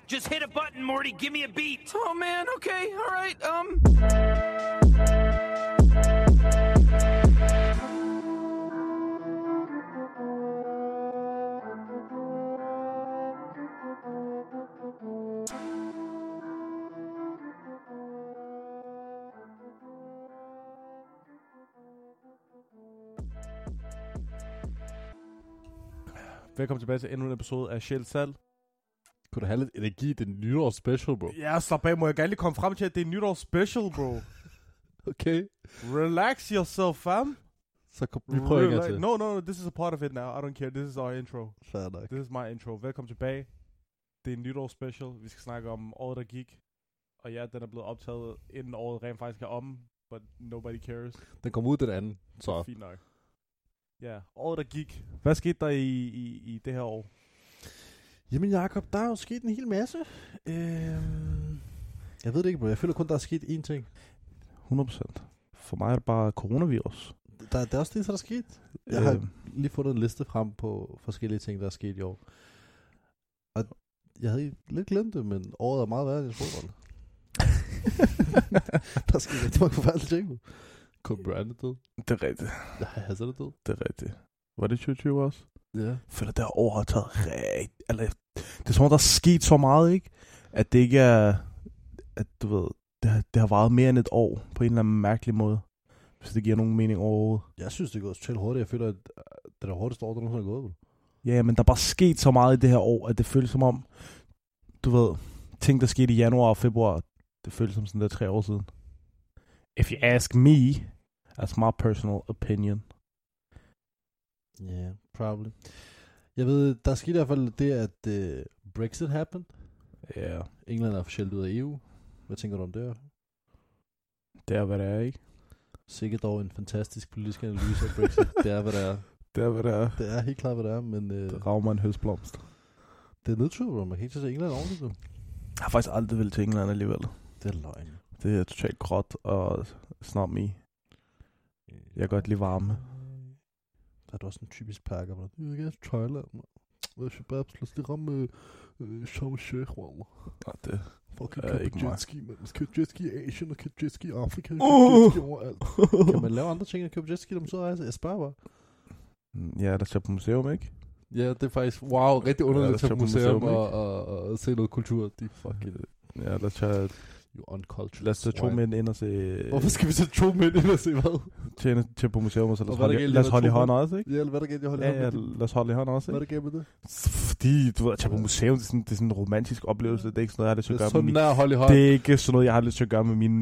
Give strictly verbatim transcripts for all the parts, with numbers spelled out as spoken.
Just hit a button, Morty. Give me a beat. Oh, man. Okay. All right. Um... Velkommen tilbage til endnu en episode af Sjæl Salg. Kunne du have lidt energi i det nytårs special, bro? Ja, slap af. Må jeg gerne lige komme frem til, at det er nytårs special, bro. Okay. Relax yourself, fam. Så kom, vi prøver ikke til. No, no, no, this is a part of it now. I don't care. This is our intro. Fair nok. This is my intro. Velkommen tilbage. Det er en nytårs special. Vi skal snakke om året, der gik. Og ja, den er blevet optaget, inden året rent faktisk er om. But nobody cares. Den kom ud den anden, så. Det er fint nok. Ja, året, der gik. Hvad skete der i, i, i det her år? Jamen Jakob, der er jo sket en hel masse. Øhm, jeg ved det ikke, bro. Jeg føler kun, der er sket én ting. hundrede procent. For mig er det bare coronavirus. Der, der er også det, der er sket. Jeg øh. har lige fundet en liste frem på forskellige ting, der er sket i år. Og jeg havde lidt glemt det, men året er meget værre end fodbold. Der er sket rigtig mange forfærdelige ting. Kobe Bryant er død. Det er rigtigt. Ja, Hazard er død. Det er rigtigt. Var det tyve tyve også? Ja. Jeg føler, det her år har taget rigtig... Eller, det er som om, der er sket så meget, ikke? At det ikke er... At du ved... Det har, det har varet mere end et år, på en eller anden mærkelig måde. Hvis det giver nogen mening overhovedet. Jeg synes, det går totalt hurtigt. Jeg føler, at det er det hårdeste år, der nogensinde er gået. Ja, men der er bare sket så meget i det her år, at det føles som om... Du ved... Ting, der skete i januar og februar, det føles som sådan der tre år siden. If you ask me, that's my personal opinion. Ja, yeah, probably. Jeg ved, der skete i hvert fald det, at uh, Brexit happened. Ja. Yeah. England er officielt ud af E U. Hvad tænker du om det? Det er, hvad det er, ikke? Sikkert dog en fantastisk politisk analyse af Brexit. Det er, hvad det er. Det er, hvad det er. Det er helt klart, hvad det er, men... Uh, det rager mig en høstblomst. Det er nedtur, bro. Man kan ikke tage England ordentligt, nu. Jeg har faktisk aldrig vel til England alligevel. Det er løgn. Det er totalt gråt, og it's not me. Jeg kan godt lide varme. Der er du også en typisk pakker, hvor du vil gerne til Thailand, man. Hvad er Shababs? Lad os lige ramme Sharm el-Sheikh, wallah. Nej, det fucking er ikke mig. Jetski, man. Man skal købe jetski i Asien, og købe jetski i Afrika, og købe jetski overalt. Kan man lave andre ting end købe jetski, når man så rejser? Jeg spørger bare. Ja, der skal på museum, ikke? Ja, det er faktisk, wow, rigtig underligt at tage på museum, museum og, og, og se noget kultur. De fucking... Ja, lad os tage... You uncultured. Lad os tage to mænd ind og se... Hvorfor skal vi tage to mænd ind og se hvad? Til, til på museum, og så lad os holde, lad os holde i hånden også, ikke? Ja, eller hvad der gælder i hånd i hånd? Ja, ja, lad os holde i hånden også, ikke? Hvad der gælder med det? Fordi, du ved, at tage på museum, det er sådan, det er sådan en romantisk oplevelse. Det er ikke sådan noget, jeg har lyst til at gøre med mine... Det er ikke sådan noget, jeg har lyst til at gøre med mine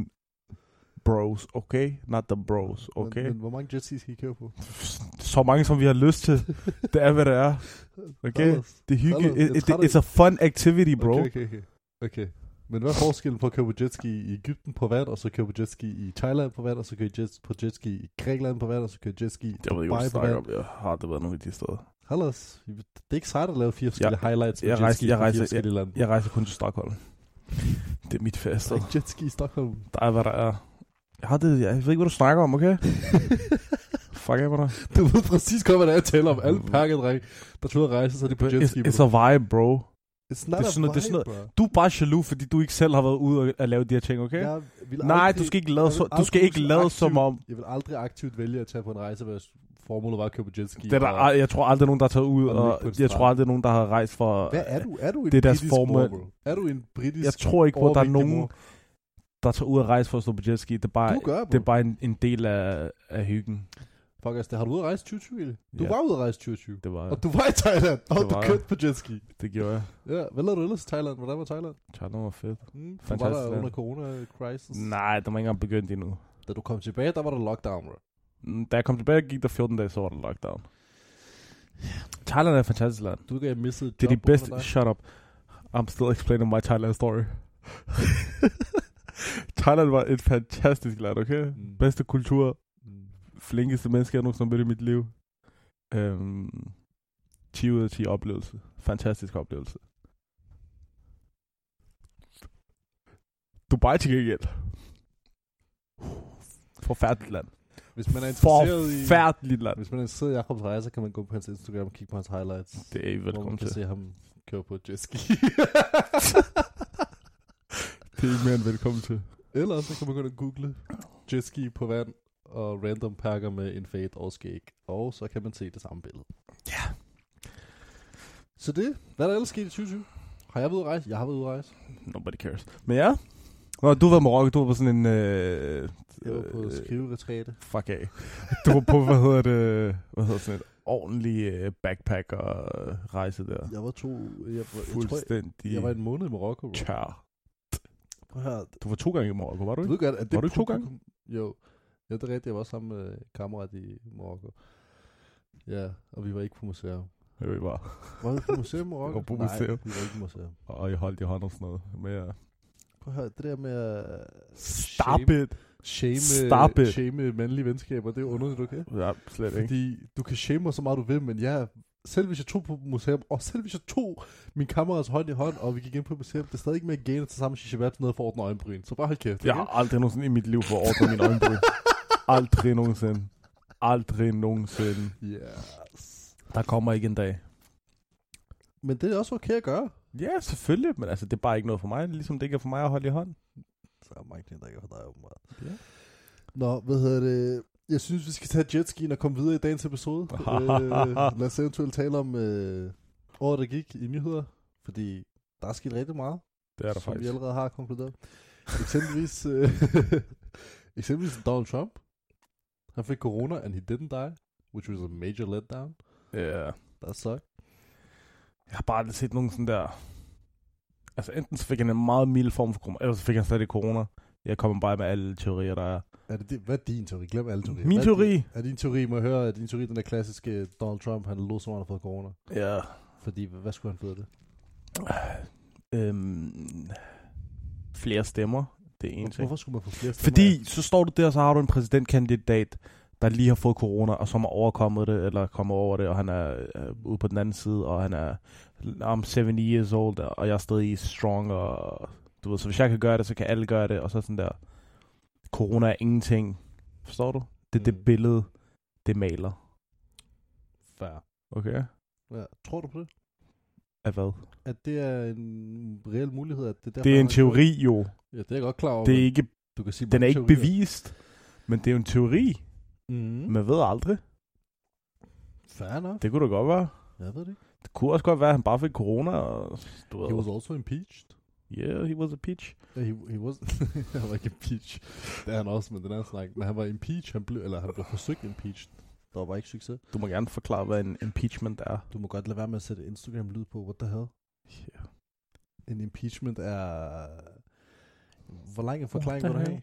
bros, okay? Not the bros, okay? Men, men hvor mange jetskis skal I køre på? Så mange, som vi har lyst til. Det er, hvad det er. Okay? Det er hygge. It, it, it's a fun activity, bro. Okay, okay, okay. Okay. Men hvad er forskellen på at køre på jetski i Egypten på vand, og så køre på jetski i Thailand på vand, og så køre jet, på jetski i Grækenland på vand, og så køre jetski i Dubai på vand? Jeg ved ikke, hvad du Jeg har aldrig været nogen af de steder. Hallos. Det er ikke sejt at lave fire forskellige ja, highlights på jeg jetski jeg på rejser, fire forskellige jeg, lande. Jeg rejser kun til Stockholm. Det er mit fast. Der er ikke jetski i Stockholm. Der er, hvad der er. Jeg har det, jeg ved ikke, hvad du snakker om, okay? Fuck af med dig. Du ved præcis godt, hvad det er, jeg taler om. Alle pakkedreng, der tog ud at rejse, så er de på jetski. It's, it's a vibe, bro. It's not det er sådan, a vibe, det er sådan noget. Du er bare jaloux, fordi du ikke selv har været ude og lave de her ting, okay? Nej, aldrig, du skal ikke lade, så, du skal ikke lade som om... Jeg vil aldrig aktivt vælge at tage på en rejse, hvis formålet var at købe jetski. Det er der, og, jeg tror aldrig nogen, der er taget ud, og, og jeg tror aldrig nogen, der har rejst for... Hvad er du? Er du en det britisk mor, bro? Er du en britisk Jeg tror ikke på, at der er nogen, der tager ud og rejse for at stå på jetski. Det er bare, du gør, det er bare en, en del af, af hyggen. Fuck os, har du ude at rejse tyve tyve? Du ja. var ude at rejse tyve tyve. Det var Og du var i Thailand, og du kørte på jetski. Det gjorde jeg. Ja, hvad lavede du ellers i Thailand? Hvordan var Thailand? Thailand var fedt. Mm, Fantastisk. Var der under corona-crisis? Nej, der var ikke engang begyndt endnu. Da du kom tilbage, der var der lockdown, bro. Da jeg kom tilbage, gik der fjorten dage, så var der lockdown. Thailand er et fantastisk land. Du kan have mistet det er de bedste... Shut up. I'm still explaining my Thailand story. Thailand var et fantastisk land, okay? Mm. Bedste kultur. Mm. Flinkeste mennesker, jeg nogensinde mødte i mit liv. Um, ti ud af ti oplevelse. Fantastisk oplevelse. Dubai til gengæld. Forfærdeligt land. Hvis man er interesseret i... Forfærdeligt land. Hvis man er interesseret i Jakobs rejse, kan man gå på hans Instagram og kigge på hans highlights. Det er I velkommen til. Hvor man kan se ham køre på jetski. Det er ikke mere end velkommen til. Ellers så kan man gå ind og google jetski på vand og random pakker med en fade og skæg. Og så kan man se det samme billede. Ja. Så det, hvad er der ellers sket i tyve tyve? Har jeg været ude at rejse? Jeg har været ude at rejse. Nobody cares. Men ja. Nå, du var i Marokko, du var på sådan en... Øh, Jeg var på øh, skriveretræte. Fuck af. Du var på, hvad hedder det... Hvad hedder sådan et ordentligt øh, backpacker-rejse der. Jeg var to... Jeg, var, jeg, tror, Fuldstændig jeg, jeg var en måned i Marokko. Bro. tør. Prøv at høre. Du var to gange i Marokko, var du Du ikke? ved godt, at det Var du ikke to gange? Jo. Ja, det er rigtigt. Jeg var sammen med en kammerat i Marokko. Ja, og vi var ikke på museum. Jo, vi var. Var vi på museum i Marokko? Vi var på Nej, museum. vi var ikke på museum. Og jeg holdt i hånd og sådan noget. Men ja. Prøv at høre, det der med at... Stop shame, it. Shame, Stop it. shame mandlige venskaber, det er underligt, okay? Ja, slet ikke. Fordi du kan shame mig så meget du vil, men ja, selv hvis jeg tog på museum, og selv hvis jeg tog min kammerats hånd i hånd, og vi gik ind på museum, det er stadig ikke mere gane til sammen shishabat nede for at ordne øjenbryn. Så bare hold kæft. Jeg har aldrig nogensinde i mit liv fået ordnet mine øjenbryn. Aldrig nogensinde. Aldrig nogensinde. Yes. Der kommer ikke en dag. Men det er også okay at gøre. Ja, selvfølgelig, men altså, det er bare ikke noget for mig. Ligesom det ikke er for mig at holde i hånd. Så er mange ting, der ikke er for dig, åbenbart. Ja. Nå, hvad hedder det? Jeg synes, vi skal tage jetskien og komme videre i dagens episode. øh, lad os eventuelt tale om øh, året, der gik i nyheder. Fordi der er sket rigtig meget. Det er der som faktisk. vi allerede har konkluderet. Eksempelvis, øh, eksempelvis Donald Trump. Han fik corona, and he didn't die. Which was a major letdown. Ja. That sucked. Jeg har bare aldrig set nogen sådan der... Altså, enten så fik han en meget mild form for corona, eller så fik han slet ikke corona. Jeg kommer bare med alle teorier, der er. Er det, det, hvad er din teori? Glem alle teorier. Min Hvad er teori? din, er din teori, må jeg høre, er din teori den der klassiske Donald Trump, han lå som han har fået corona? Ja. Fordi, hvad skulle han få af det? Øhm, flere stemmer. Det er en ting. Hvorfor skulle man få flere stemmer? Fordi så står du der, så har du en præsidentkandidat, der lige har fået corona, og som har overkommet det, eller kommet over det, og han er øh, ude på den anden side, og han er I'm seventy years old, og jeg er stadig strong, og du ved, så hvis jeg kan gøre det, så kan alle gøre det, og så sådan der, corona er ingenting. Forstår du? Det er mm. det billede, det maler. Fair. Okay? Ja. Tror du på det? Af hvad? At det er en reel mulighed, at det er Det er en teori, jo. Ja, det er jeg godt klar over. Det er ikke, du kan sige den er ikke teorier. bevist, men det er jo en teori. Mm. Man ved aldrig. Fair enough. Det kunne da godt være. Jeg ved det ikke. Det kunne også godt være, at han bare fik corona. Og, du ved. He was also impeached. Yeah, he was a peach. Ja, he, he was... han var ikke impeached. Det er han også, men den anden snak. Men han var impeached, han blev, eller han blev forsøgt impeached. Der var bare ikke succes. Du må gerne forklare, hvad en impeachment er. Du må godt lade være med at sætte Instagram-lyd på. What the hell? Yeah. En impeachment er... Hvor lang en forklaring vil du have?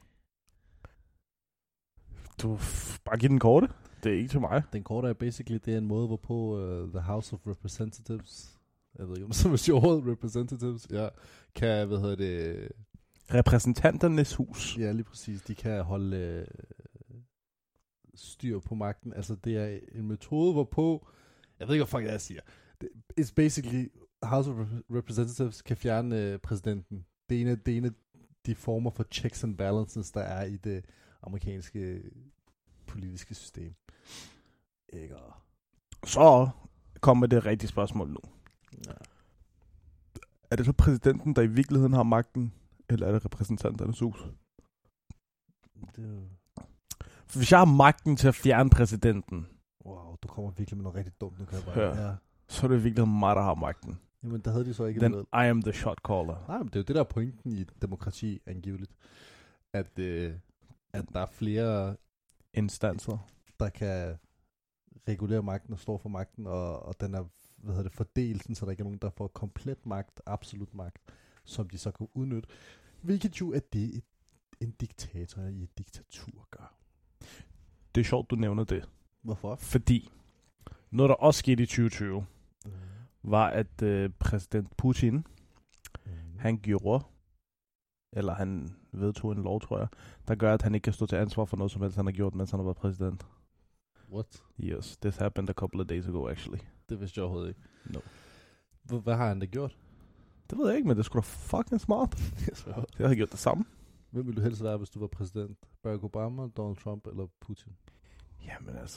Du f- bare giv den korte. Det er ikke til mig. Den korte er basically, det er en måde, hvorpå uh, The House of Representatives, jeg ved ikke, om det er så sjovt, Representatives, ja, kan, hvad hedder det... Repræsentanternes hus. Ja, lige præcis. De kan holde uh, styr på magten. Altså, det er en metode, hvorpå... Jeg ved ikke, hvad fuck jeg siger. Det, it's basically, House of Representatives kan fjerne uh, præsidenten. Det er, en af, det er en af de former for checks and balances, der er i det amerikanske politiske system. Ikke? Så kommer det rigtige spørgsmål nu. Ja. Er det så præsidenten, der i virkeligheden har magten, eller er det repræsentanternes hus? Det er jo... For hvis jeg har magten til at fjerne præsidenten, Wow, du kommer virkelig med noget rigtig dumt, nu kan jeg bare... Hør. Ja. så er det i virkeligheden mig, der har magten. Jamen, der havde de så ikke... Then noget. I am the shot caller. Nej, men det er jo det, der er pointen i demokrati, angiveligt. At, øh, at der er flere, Instanser. der kan regulere magten og stå for magten, og, og den er, hvad hedder det, fordelt, sådan, så der ikke er nogen, der får komplet magt, absolut magt, som de så kan udnytte. Hvilket jo er det, et, en diktator i et diktatur gør. Det er sjovt, du nævner det. Hvorfor? Fordi noget, der også skete i tyve tyve, Mm. var, at øh, præsident Putin, Mm. han gjorde, eller han vedtog en lov, tror jeg, der gør, at han ikke kan stå til ansvar for noget som helst, han har gjort, mens han har været præsident. What? Yes, this happened a couple of days ago, actually. Det vidste jeg overhovedet ikke. No. H- hvad har han da gjort? Det ved jeg ikke, men det skulle da fucking smart. Jeg har gjort det samme. Hvem ville du helst være, hvis du var præsident? Barack Obama, Donald Trump eller Putin? Jamen altså...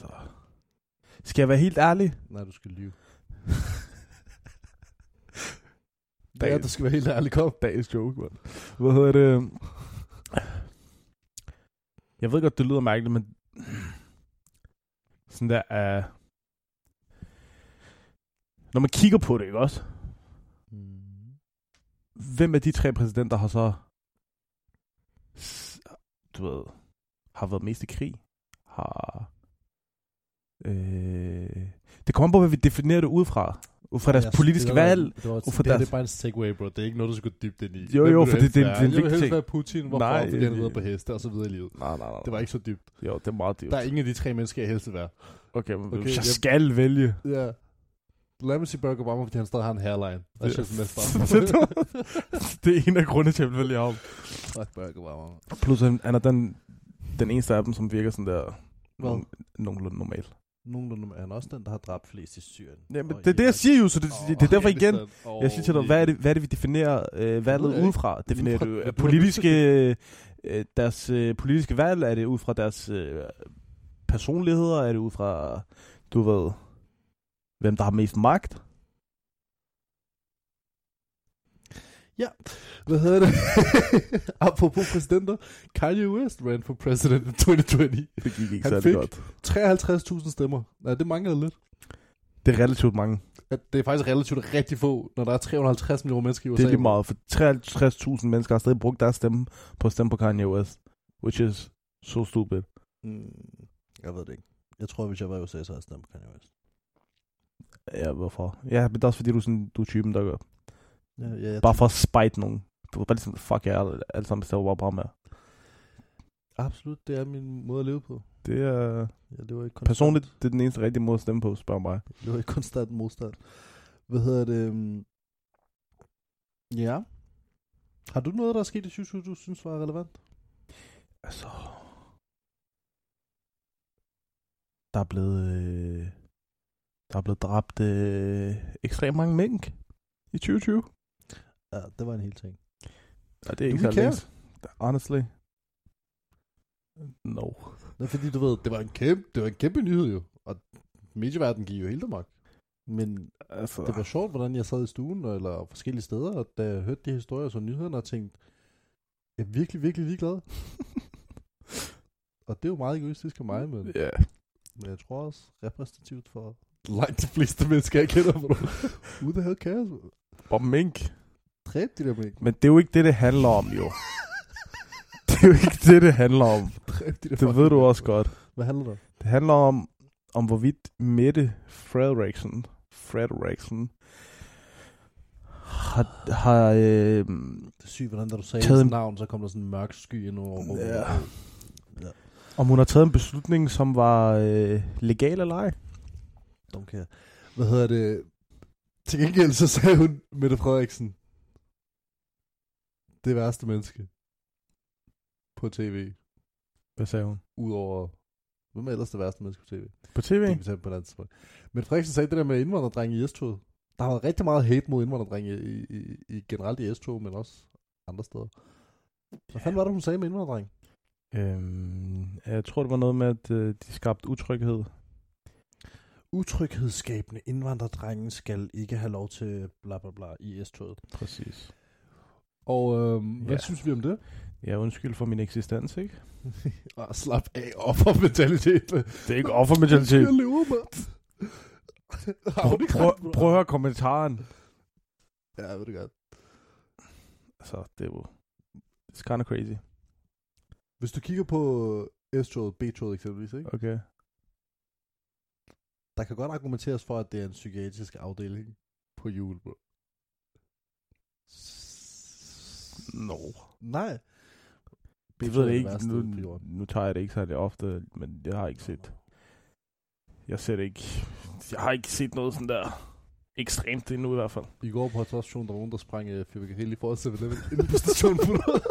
Skal jeg være helt ærlig? Nej, du skal lyve. Ja, det skal være helt ærligt. Kom. Dagens joke, man. Hvad hedder det? Jeg ved godt, det lyder mærkeligt, men sådan der er... Uh... Når man kigger på det, ikke også? Mm. Hvem af de tre præsidenter har så... Du ved... Har været mest i krig? Har... Øh... Det kommer på, hvad vi definerer det ud fra. Ud fra deres ja, politiske det valg. Det, det, var, det, det, det er bare en segway, bro. Det er ikke noget, du skal gå dybt ind i. Jo, jo, for det, det, det er en vigtig ting. Jeg vil helst være Putin, hvorfor nej, fordi han er videre på heste, og så videre i livet. Nej, nej, nej. Det var ikke så dybt. Jo, det er meget dybt. Der er ingen af de tre mennesker, jeg helst vil være. Okay, men okay, hvis jeg jeg... skal vælge... Ja. Lad mig sige Barack Obama, fordi han stadig har en hairline. Det er det mest Det er en af grundene til, at jeg vælger ham. Fuck Barack Obama. Plus han er den, den eneste af dem, som virker sådan der... Nogen, nogenlunde normal. Nogenlunde er han også den, der har dræbt flest i Syrien. Jamen, det er det, jeg siger jo, så det, oh, det er derfor igen. Oh, jeg siger til dig, hvad er det, hvad er det vi definerer øh, valget udefra? Definerer du øh, politiske, øh, deres øh, politiske valg? Er det ud fra deres øh, personligheder? Er det ud fra, du ved, hvem der har mest magt? Ja, hvad hedder det? Apropos præsidenter, Kanye West ran for president i tyve tyve. Det gik ikke han særlig fik godt. treoghalvtreds tusind stemmer. Nej, det manglede lidt. Det er relativt mange. Ja, det er faktisk relativt rigtig få, når der er tre hundrede og halvtreds millioner mennesker i U S A. Det er lige meget, for treoghalvtreds tusind mennesker har stadig brugt deres stemme på at stemme på Kanye West. Which is so stupid. Mm, jeg ved det ikke. Jeg tror, hvis jeg var i U S A, så havde jeg stemt på Kanye West. Ja, hvorfor? Ja, men det er også fordi, du er, sådan, du er typen, der gør. Ja, ja, jeg bare for at spite nogen. Du var bare ligesom, fuck jer, alle, alle sammen stemmer bare bare med. Absolut, det er min måde at leve på. Det er... Jeg lever ikke personligt, det er den eneste rigtige måde at stemme på, spørg mig. Jeg lever ikke konstant modstand. Hvad hedder det? Ja. Har du noget, der er sket i tyve tyve, du synes var relevant? Altså... Der er blevet... Øh, der er blevet dræbt øh, ekstremt mange mink i tyve tyve. Ja, det var en hel ting. Ja, det er ikke så længe. Honestly. No. Det er fordi, du ved, det var en kæmpe, det var en kæmpe nyhed jo. Og medieverdenen gik jo helt amok. Men altså, det var sjovt, hvordan jeg sad i stuen, eller forskellige steder, og da jeg hørte de historier som nyhederne, og tænkte, jeg er virkelig, virkelig ligeglad. Og det er jo meget egoistisk af mig, men, yeah. men jeg tror også repræsentativt for langt de fleste mennesker, jeg kender. Who the hell cares? Bare mink. Dræb de der mink. Men det er jo ikke det, det handler om, jo. Det er jo ikke det, det handler om. Dræb de der det ved du også godt. Hvad handler det om? Det handler om, om hvorvidt Mette Frederiksen, Frederiksen har... har øh, det er sygt, hvordan da du sagde hans navn, så kom der sådan en mørk sky ind over rummet. Ja. Ja. Om hun har taget en beslutning, som var øh, legal eller ej? Okay. Hvad hedder det? Til gengæld så sagde hun, Mette Frederiksen, det værste menneske på tv. Hvad sagde hun? Udover, hvem er ellers det værste menneske på tv? På tv? Det kan vi på et Mette Frederiksen sagde det der med indvandrerdrenge i S-toget. Der har været rigtig meget hate mod indvandrerdrenge i, i, i generelt i S-toget, men også andre steder. Hvad fanden var det, hun sagde med indvandrerdrenge? Øhm, jeg tror, det var noget med, at øh, de skabte utryghed. Utryghedsskabende indvandrerdrenge skal ikke have lov til bla bla bla i S-toget. Præcis. Og øhm, hvad ja. synes vi om det? Ja, undskyld for min eksistens, ikke? Og slap af, offermentalitet. Det er ikke offermentalitet. Jeg lever, mand. Prøv, prøv, prøv at høre kommentaren. Ja, jeg ved det godt. Altså, det er jo... It's kind of crazy. Hvis du kigger på S-toget, B-toget eksempelvis, ikke? Okay. Der kan godt argumenteres for, at det er en psykiatrisk afdeling på jul, bro. No. Nej. Jeg ved det ikke. Nu, nu tager jeg det ikke særlig ofte, men jeg har ikke set... Jeg ser det ikke... Jeg har ikke set noget sådan der ekstremt endnu i hvert fald. I går på stationen, der var nogen, der sprang uh, fyrværkeri lige for at se, hvad inde på stationen.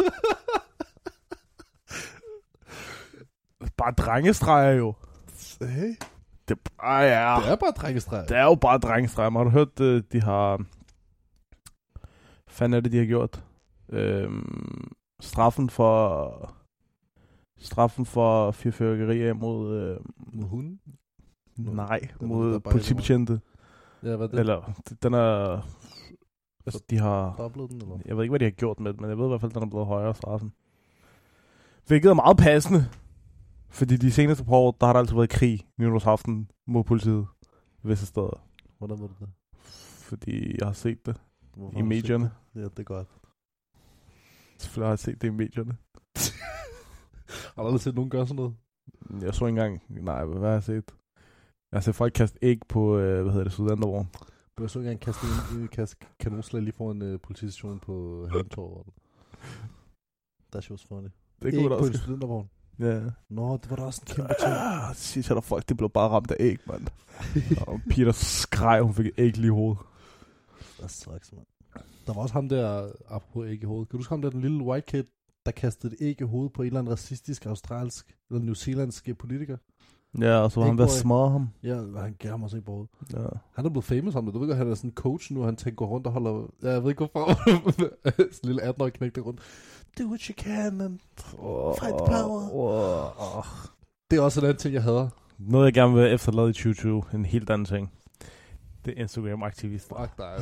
Bare drengestreger jo. Hey. Det, ah, ja. det er bare drengestreger. Det er jo bare drengestreger. Man har du hørt, uh, de har... Hvad fanden er det, de har gjort? Øhm, straffen for... Straffen for fyrværkerier mod... Øh, mod hunden? Nej, mod politibetjente. Ja, hvad det? Eller, den er Altså, de har... Dobblet den, eller? Jeg ved ikke, hvad de har gjort med det, men jeg ved i hvert fald, at den er blevet højere straffen. Hvilket er meget passende. Fordi de seneste par år, der har der altid været krig nytårsaften mod politiet. Visse steder. Hvordan var det det? Fordi jeg har set det Hvorfor i medierne. Ja, det er godt. Selvfølgelig har jeg set det i medierne. Har du aldrig set nogen gøre sådan noget? Jeg så ikke engang... Nej, hvad har jeg set? Jeg har set folk kaste æg på, øh, hvad hedder det, Studentervogn. Jeg så ikke engang kaste en, en kaste kanonslag lige foran en uh, politistation på Halmtorv. That shit was funny. Det kunne Æg da på en også. studentervogn. Ja. Nå, det var da også en kæmpe ting. Ah, sidst er der folk, det blev bare ramt af æg, mand. Og Peter skreg, hun fik et æg lige i hovedet. Det sucks, mand. Der var også ham der, apropos æg i hovedet. Kan du huske ham der, den lille white kid, der kastede et æg i hovedet på en eller anden racistisk, australsk eller newzealandsk politiker? Ja, og så var han ved at smadre ham. Ja, han gav mig også ikke på hovedet. Ja. Han er blevet famous ham. Du ved godt, han er sådan en coach nu, han tænker gå rundt og holder... Ja, jeg ved ikke hvorfor. Sådan en lille atten-årig knæk der rundt. Do what you can and fight the power. Oh, oh. Det er også en anden ting, jeg hader. Noget, jeg gerne vil efterlade i tyve tyve. En helt anden ting. Det er Instagram-aktivister. Fuck dig.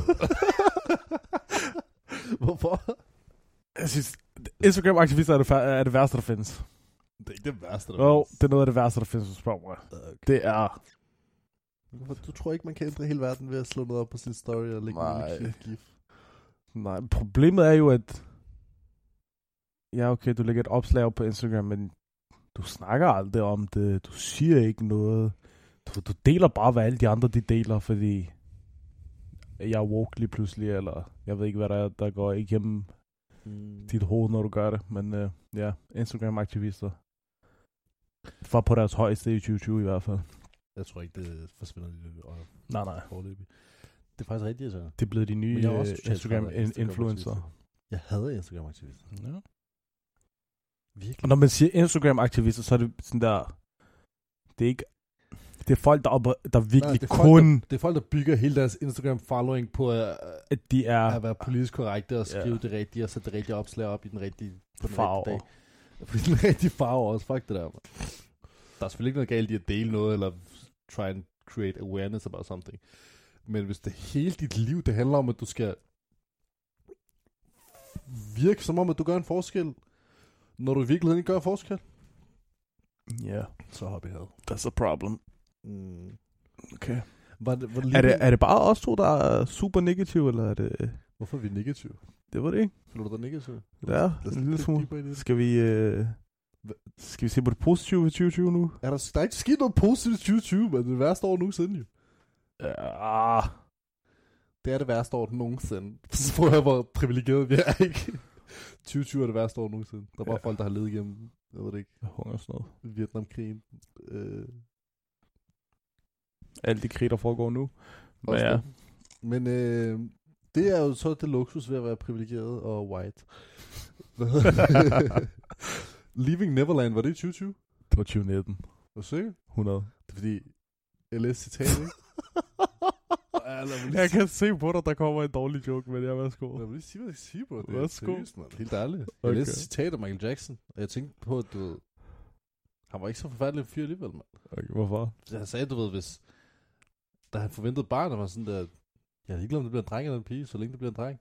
Hvorfor? Jeg synes, Instagram-aktivister er det, er det værste, der findes. Det er ikke det værste, der Jo, findes. det er noget af det værste, der findes, hvis du spørger mig. Okay. Det er... Du tror ikke, man kan ændre hele verden ved at slå noget op på sin story og lægge Nej. en lille gif? Nej, problemet er jo, at... Ja, okay, du lægger et opslag op på Instagram, men du snakker aldrig om det. Du siger ikke noget. Du, du deler bare, hvad alle de andre de deler, fordi jeg er woke lige pludselig, eller jeg ved ikke, hvad der er, der går igennem Mm. dit hoved, når du gør det. Men uh, ja, Instagram-aktivister var på deres højeste i tyve tyve i hvert fald. Jeg tror ikke, det forsvinder lige og Nej, nej. forløbig. Det er faktisk rigtigt, så. Det er blevet de nye Men jeg er også uh, totalt træt af Instagram-influencer. Jeg hader Instagram-aktivister. Ja. Virkelig. Og når man siger Instagram-aktivister, så er det sådan der... Det er ikke... Det er folk, der, op, der virkelig Nej, det er kun... Folk, der, det er folk, der bygger hele deres Instagram-following på at, at de er... at være politisk korrekte og skrive Ja. det rigtige og sætte det rigtige opslag op i den rigtige på den Farve. rigtige dag. På den rigtige farve også. Fuck det der. Man. Der er selvfølgelig ikke noget galt i at dele noget eller try and create awareness about something. Men hvis det hele dit liv, det handler om, at du skal virke som om, at du gør en forskel, når du i virkeligheden ikke gør en forskel, Ja, yeah. så hop i had. that's a problem. Mm. Okay. Var det, var det, Er det, er det bare os to, der er super negative, eller er det... Hvorfor er vi negative? Det var det ikke. Føler du dig negativ? Ja, Lad os en lille dykke smule. dybere ind i det. Skal vi... Øh... Skal vi se på det positive ved tyve tyve nu? Er der, der er ikke sket noget positivt i tyve tyve, men det er det værste år nogensinde jo. Ja. Det er det værste år nogensinde. Så prøv at høre, hvor privilegeret vi er, ikke? tyve tyve er det værste år nogensinde. Der er bare Ja. folk, der har levet igennem, jeg ved det ikke, Hungersnød. Vietnamkrigen. Øh, Alle de krig, der foregår nu. Men også ja. det. Men øh, det er jo så det luksus ved at være privilegeret og white. Hvad hedder det? Leaving Neverland, var det i tyve tyve? Det var tyve nitten. Er du sikker? hundrede. Det er fordi, jeg læste citatet, ikke? Ja, lad mig lige Jeg kan se på dig, der kommer en dårlig joke, men jeg værsgo. Lad mig lige sige, hvad jeg siger, bro. Det er Værsgo. seriøst, mand. Helt ærligt. Jeg Okay. læste et citat af Michael Jackson, og jeg tænkte på, at du ved, han var ikke så forfærdelig en fyr alligevel, mand. Okay, hvorfor? Så han sagde, du ved, hvis, da han forventede barn, der var sådan der, jeg er ligeglad, om det bliver en dreng eller en pige, så længe det bliver en dreng.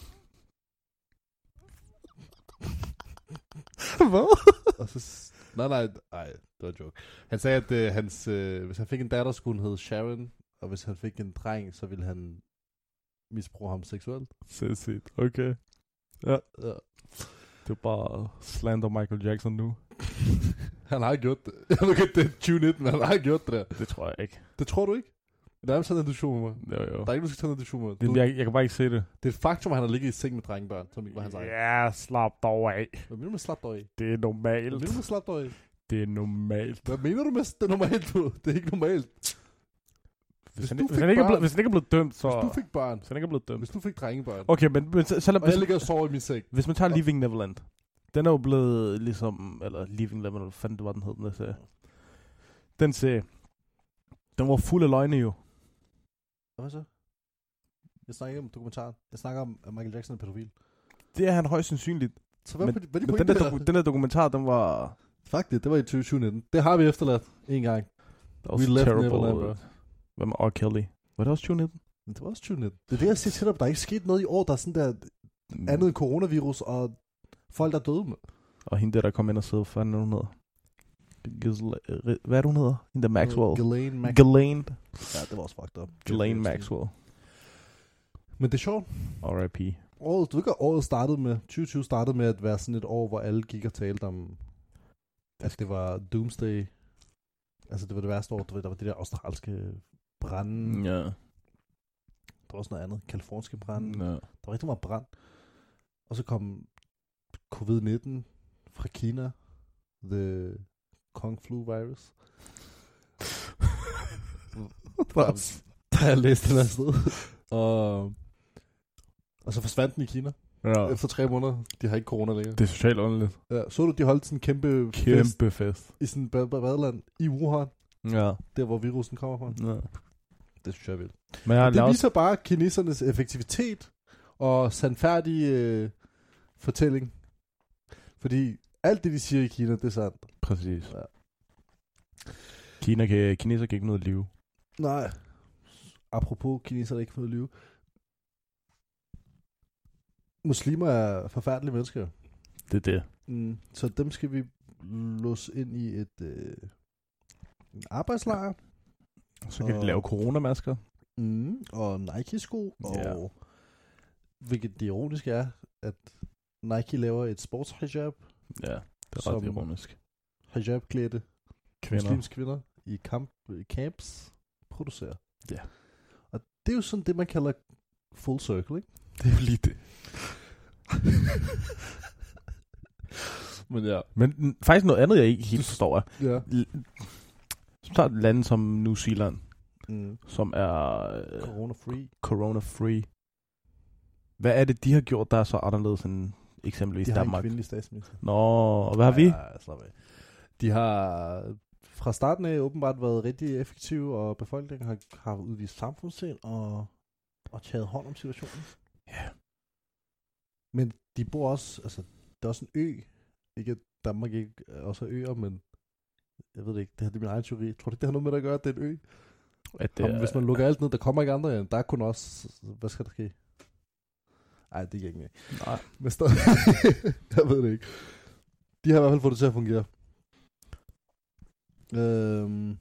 Hvad? Og så, s- nej, nej, nej, det var en joke. Han sagde, at øh, hans, øh, hvis han fik en datter, skulle hun hedde Sharon, og hvis han fik en dreng, så ville han misbruge ham seksuelt. Sindssygt. Okay. Ja. Ja. Det er bare slander Michael Jackson nu. Han har gjort det. Jeg ved ikke, det er tyve nitten, men han har gjort det der. Det tror jeg ikke. Det tror du ikke? Der er jo sådan en diskussion med mig. Jo, jo. Der er ikke, du skal tage en diskussion med. Det, Du, jeg, jeg kan bare ikke se det. det er et faktum, at han har ligget i seng med drengebørn, som ikke var hans egen. Ja, slap dog af. Hvad mener du med slap dig af? Det er Hvad normalt. mener du med slap dig af? Det er normalt. Hvad mener du med, det er normalt, du? Det er ikke normalt. Hvis, Hvis han, du hvis, fik han ikke er børn- blevet, hvis han ikke er blevet dømt, så... Hvis du fik børn, Hvis han ikke er blevet dømt. hvis du fik drengebørn, Okay, men, men så, så lad, og jeg hvis, ligger og sover i min seng. hvis man tager Leaving Neverland. Den er jo blevet ligesom... Eller Leaving Neverland, hvad fanden det var, den hed, den der serie. Den serie. Den var fuld af løgne jo. Hvad så? Jeg snakker ikke om dokumentaren. Jeg snakker om, at Michael Jackson er pædofil. Det er han højst sandsynligt. Så hvad, Men, men, hvad er de men den, pointe der, der? doku- den der dokumentar, den var... Fuck det, det var i tyve nitten. Det har vi efterladt en gang. Det var We så left terrible. Neverland, bro. Hvad med R. Kelly? Var det også tyve nitten? Men det var også tyve nitten. Det er det, jeg siger til dig. Der er ikke sket noget i år, der er sådan der andet end coronavirus, og folk, der er døde med. Og hende der, der kom ind og sidde, hvad er det, hun hedder? Gisle- Hvad er det, hun hedder? Hende der Maxwell. Ghislaine Max- Ghislaine. Ja, det var også fucked up. Ghislaine Maxwell. Men det er sjovt. R I P. Året, du ved ikke, året startede med, tyve tyve startede med at være sådan et år, hvor alle gik og talte om, at det var Doomsday. Altså, det var det værste år, du ved, der var det der australske brænde. Ja. Der var også noget andet. Kaliforniske brænde. Ja. Der var rigtig meget brand. Og så kom covid nitten fra Kina. The Kung Flu virus. Der, der jeg læste den her sted. Og, og så forsvandt den i Kina. Ja. Efter tre måneder. De har ikke corona længere. Det er socialt underligt. Ja, så du, de holdt sådan en kæmpe, Kæmpe fest. fest i sådan et bad- bad- badeland i Wuhan. Ja. Der, hvor virusen kommer fra. Ja. Det synes jeg er vildt. Men jeg har Det lavet... viser bare kinesernes effektivitet og sandfærdige øh, fortælling. Fordi alt det, de siger i Kina, det er sandt. Præcis. Ja. Kina kan, kineser kan ikke noget liv. Nej. Apropos kineser, der ikke får noget liv. Muslimer er forfærdelige mennesker. Det er det. Mm, så dem skal vi låse ind i et øh, en arbejdslejr. Så kan og, de lave coronamasker. Mm, og Nike-sko. Og Ja. hvilket det ironiske er, at Nike laver et sportshijab. Ja, det er Som- ret ironisk. Hijab-klædte Kvinder. muslimske kvinder i kamp, camps producerer. Ja. Og det er jo sådan det, man kalder full circle, ikke? Det er jo lige det. Men ja. Men mm, faktisk noget andet, jeg ikke helt forstår, er, Ja. l- så tager et land som New Zealand, Mm. som er øh, Corona-free. corona-free. Hvad er det, de har gjort, der er så anderledes end eksempelvis De har en Danmark? kvindelig statsminister. Nå, og hvad har vi? Ja, slap af. De har fra starten af åbenbart været rigtig effektive, og befolkningen har, har udvist samfundssind og, og taget hånd om situationen. Ja. Men de bor også, altså, der er også en ø. Ikke at Danmark ikke også er øer, men jeg ved det ikke, det her det er min egen teori. Tror du ikke, det har noget med det at gøre, at det er en ø? At, Jamen, øh, hvis man lukker alt ned, der kommer ikke andre ind. Der er kun også, hvad skal der ske? Ej, det er ikke mere. Nej. Men stå... jeg ved det ikke. De har i hvert fald fået det til at fungere. Øhm...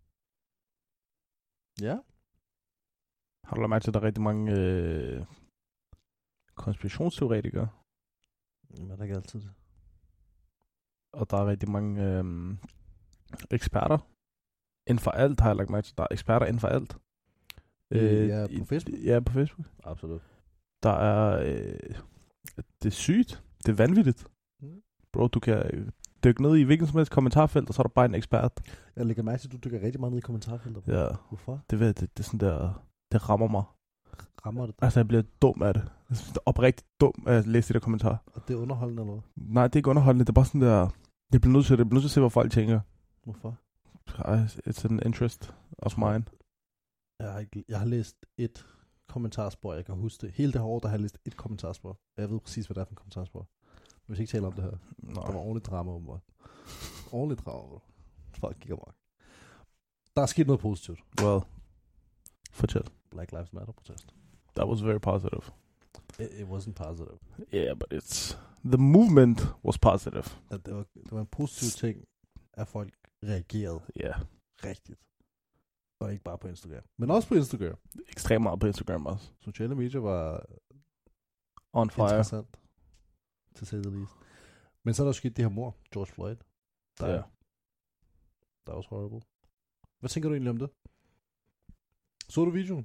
Ja. Har du lagt mærke til, at der er rigtig mange øh, konspirationsteoretikere, Men er der ikke altid det? og der er rigtig mange øh, eksperter inden for alt, har jeg lagt mærke til. Der er eksperter inden for alt. Ja, på i- Facebook? Ja, på Facebook. Absolut. Der er... Øh, det er sygt. Det er vanvittigt. Mm. Bro, du kan øh, dykke ned i hvilken som helst kommentarfelt, og så er der bare en ekspert. Jeg lægger mærke til, at du dykker rigtig meget ned i kommentarfeltet. Ja, Hvorfor? det ved jeg, det, det er sådan der... Det rammer mig. Rammer det dig? Altså, jeg bliver dum af det. Jeg synes, det er oprigtigt dum af at læse de der kommentarer. Og det er underholdende eller hvad? Nej, det er ikke underholdende. Det er bare sådan der... Jeg bliver nødt til det. Jeg bliver nødt til at se, hvad folk tænker. Hvorfor? It's an interest of mine. Jeg har, ikke, jeg har læst et kommentarspor, jeg kan huske det. Hele det her år, der har jeg læst et kommentarspor. Og jeg ved præcis, hvad det er for en kommentarspor. Vi skal ikke tale om det her. Nå. Der var ordentligt drama åbenbart. Ordentligt drama. Folk gik amok. Der er sket noget positivt. Well, fortæl. Black Lives Matter protest. That was very positive. It, it wasn't positive. Yeah, but it's... The movement was positive. At det, var, det var en positiv ting, at folk reagerede Ja. Yeah. rigtigt. Og ikke bare på Instagram. Men også på Instagram. Ekstremt meget på Instagram også. Sociale medier var On fire. interessant. Til say the least. Men så er der sket det her mord. George Floyd. Der Ja. er That was horrible. Hvad tænker du egentlig om det? Så du videoen?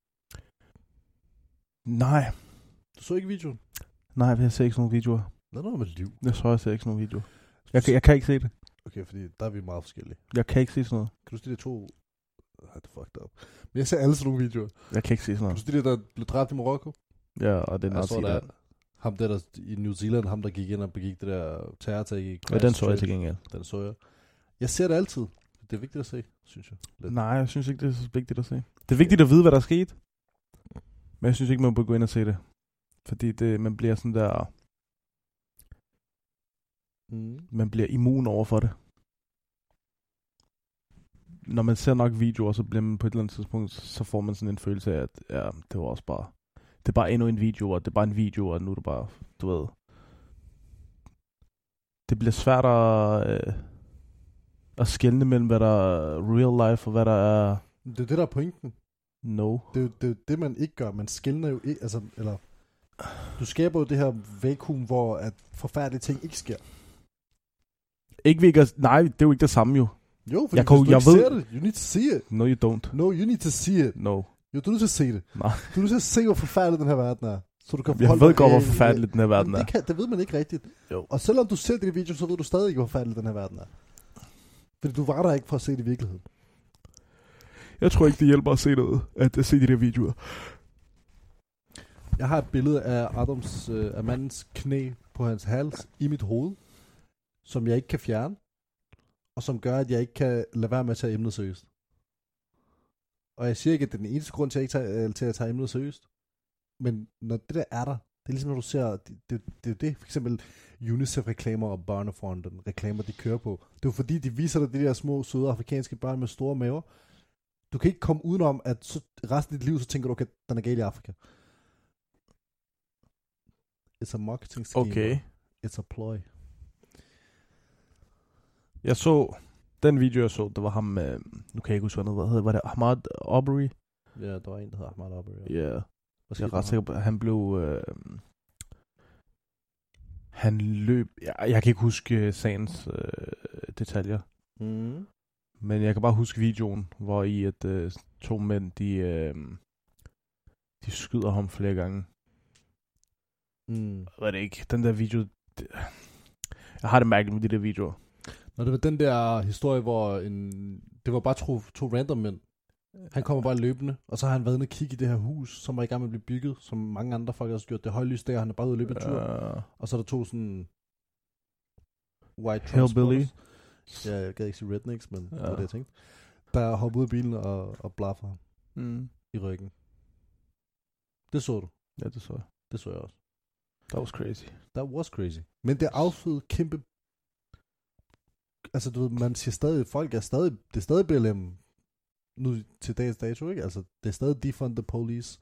Nej. Du så ikke videoen? Nej, jeg ser ikke sådan nogle videoer. Hvad er noget med liv? Jeg tror, jeg ser ikke sådan nogle videoer. Jeg, kan- jeg kan ikke se det. Okay, fordi der er vi meget forskellige. Jeg kan ikke se sådan noget. Kan du se de der to... Ah, det er fucked up. Men jeg ser alle sådan nogle videoer. Jeg kan ikke se sådan Kan du noget. se de der, der blev dræbt i Marokko? Ja, og det er Jeg så, nazi der der. ham der, der i New Zealand, ham der gik ind og begik det der terrortag i Ja, den så jeg Christchurch. til gengæld. Den så jeg. Jeg ser det altid. Det er vigtigt at se, synes jeg. Lidt. Nej, jeg synes ikke, det er så vigtigt at se. Det er vigtigt at vide, hvad der er sket. Men jeg synes ikke, man burde gå ind og se det. Fordi det, man bliver sådan der... Mm. Man bliver immun over for det. når man ser nok videoer, så bliver man på et eller andet tidspunkt, så får man sådan en følelse af, at ja, det var også bare, det er bare endnu en video, og det er bare en video, og nu er det bare, du ved, det bliver svært at, øh, at skelne mellem, hvad der er real life, og hvad der er... Det er det, der er pointen. No. Det er jo det, det, man ikke gør. Man skelner jo ikke, altså, eller... Du skaber jo det her vakuum, hvor at forfærdelige ting ikke sker. Ikke ikke, nej, det er jo ikke det samme jo. Jo, fordi jeg kan, hvis du jeg ikke ved... ser det, you need to see it. No, you don't. No, you need to see it. No. Jo, du er nødt til at se det. Nej. Du er nødt til at se, hvor forfærdelig den her verden er. Så du kan jeg ved godt, hvor forfærdelig den her verden er. Det, kan, det ved man ikke rigtigt. Jo. Og selvom du ser det i video, så ved du stadig ikke, hvor forfærdelig den her verden er. Fordi du var der ikke for at se det i virkeligheden. Jeg tror ikke, det hjælper at se noget, at se de der videoer. Jeg har et billede af Adams, øh, af mandens knæ på hans hals i mit hoved, som jeg ikke kan fjerne, og som gør, at jeg ikke kan lade være med at tage emnet seriøst. Og jeg siger ikke, at det er den eneste grund til, at jeg ikke tager, til at tage emnet seriøst. Men når det der er der, det er ligesom når du ser, det, det, det er det, for eksempel UNICEF-reklamer og Børnefonden, reklamer de kører på. Det er jo fordi, de viser dig de der små, søde afrikanske børn med store maver. Du kan ikke komme udenom, at så resten af dit liv, så tænker du, okay, den er galt i Afrika. It's a marketing scheme. Okay. It's a ploy. Jeg så, den video jeg så, det var ham, øh, nu kan jeg ikke huske, hvad det hedder, var det Ahmad Aubrey? Ja, der var en, der hedder Ahmad Aubrey. Ja. Yeah. Jeg er ret sikker på, at han blev, øh, han løb, jeg, jeg kan ikke huske sagens øh, detaljer, Mm. men jeg kan bare huske videoen, hvor i at øh, to mænd, de, øh, de skyder ham flere gange. Mm. Var det ikke? Den der video, det, jeg har det mærkeligt med de der videoer. Nå, det var den der historie, hvor en, det var bare to, to random mænd. Han kommer bare løbende, og så har han været inde og kigge i det her hus, som var i gang med at blive bygget, som mange andre folk også gjort. Det højlys der, han er bare ude og løbe en tur. Uh, Og så er der to sådan white Hillbilly. transporters. Ja, jeg gad ikke sige rednecks, men ja. Det var det, jeg tænkte. Der hopper ud af bilen og, og blaffer ham mm. i ryggen. Det så du. Ja, det så jeg. Det så jeg også. That was crazy. That was crazy. Men det affødte kæmpe... Altså, du ved, man siger stadig, folk er stadig, det er stadig B L M nu til dagens dato, ikke? Altså, det er stadig defund the police.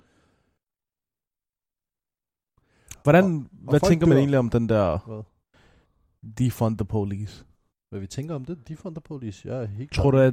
Hvordan, og, hvad og tænker man dør. egentlig om den der Hvad? defund the police? Hvad vi tænker om det? Defund the police? Jeg er helt Tror du, klar. at...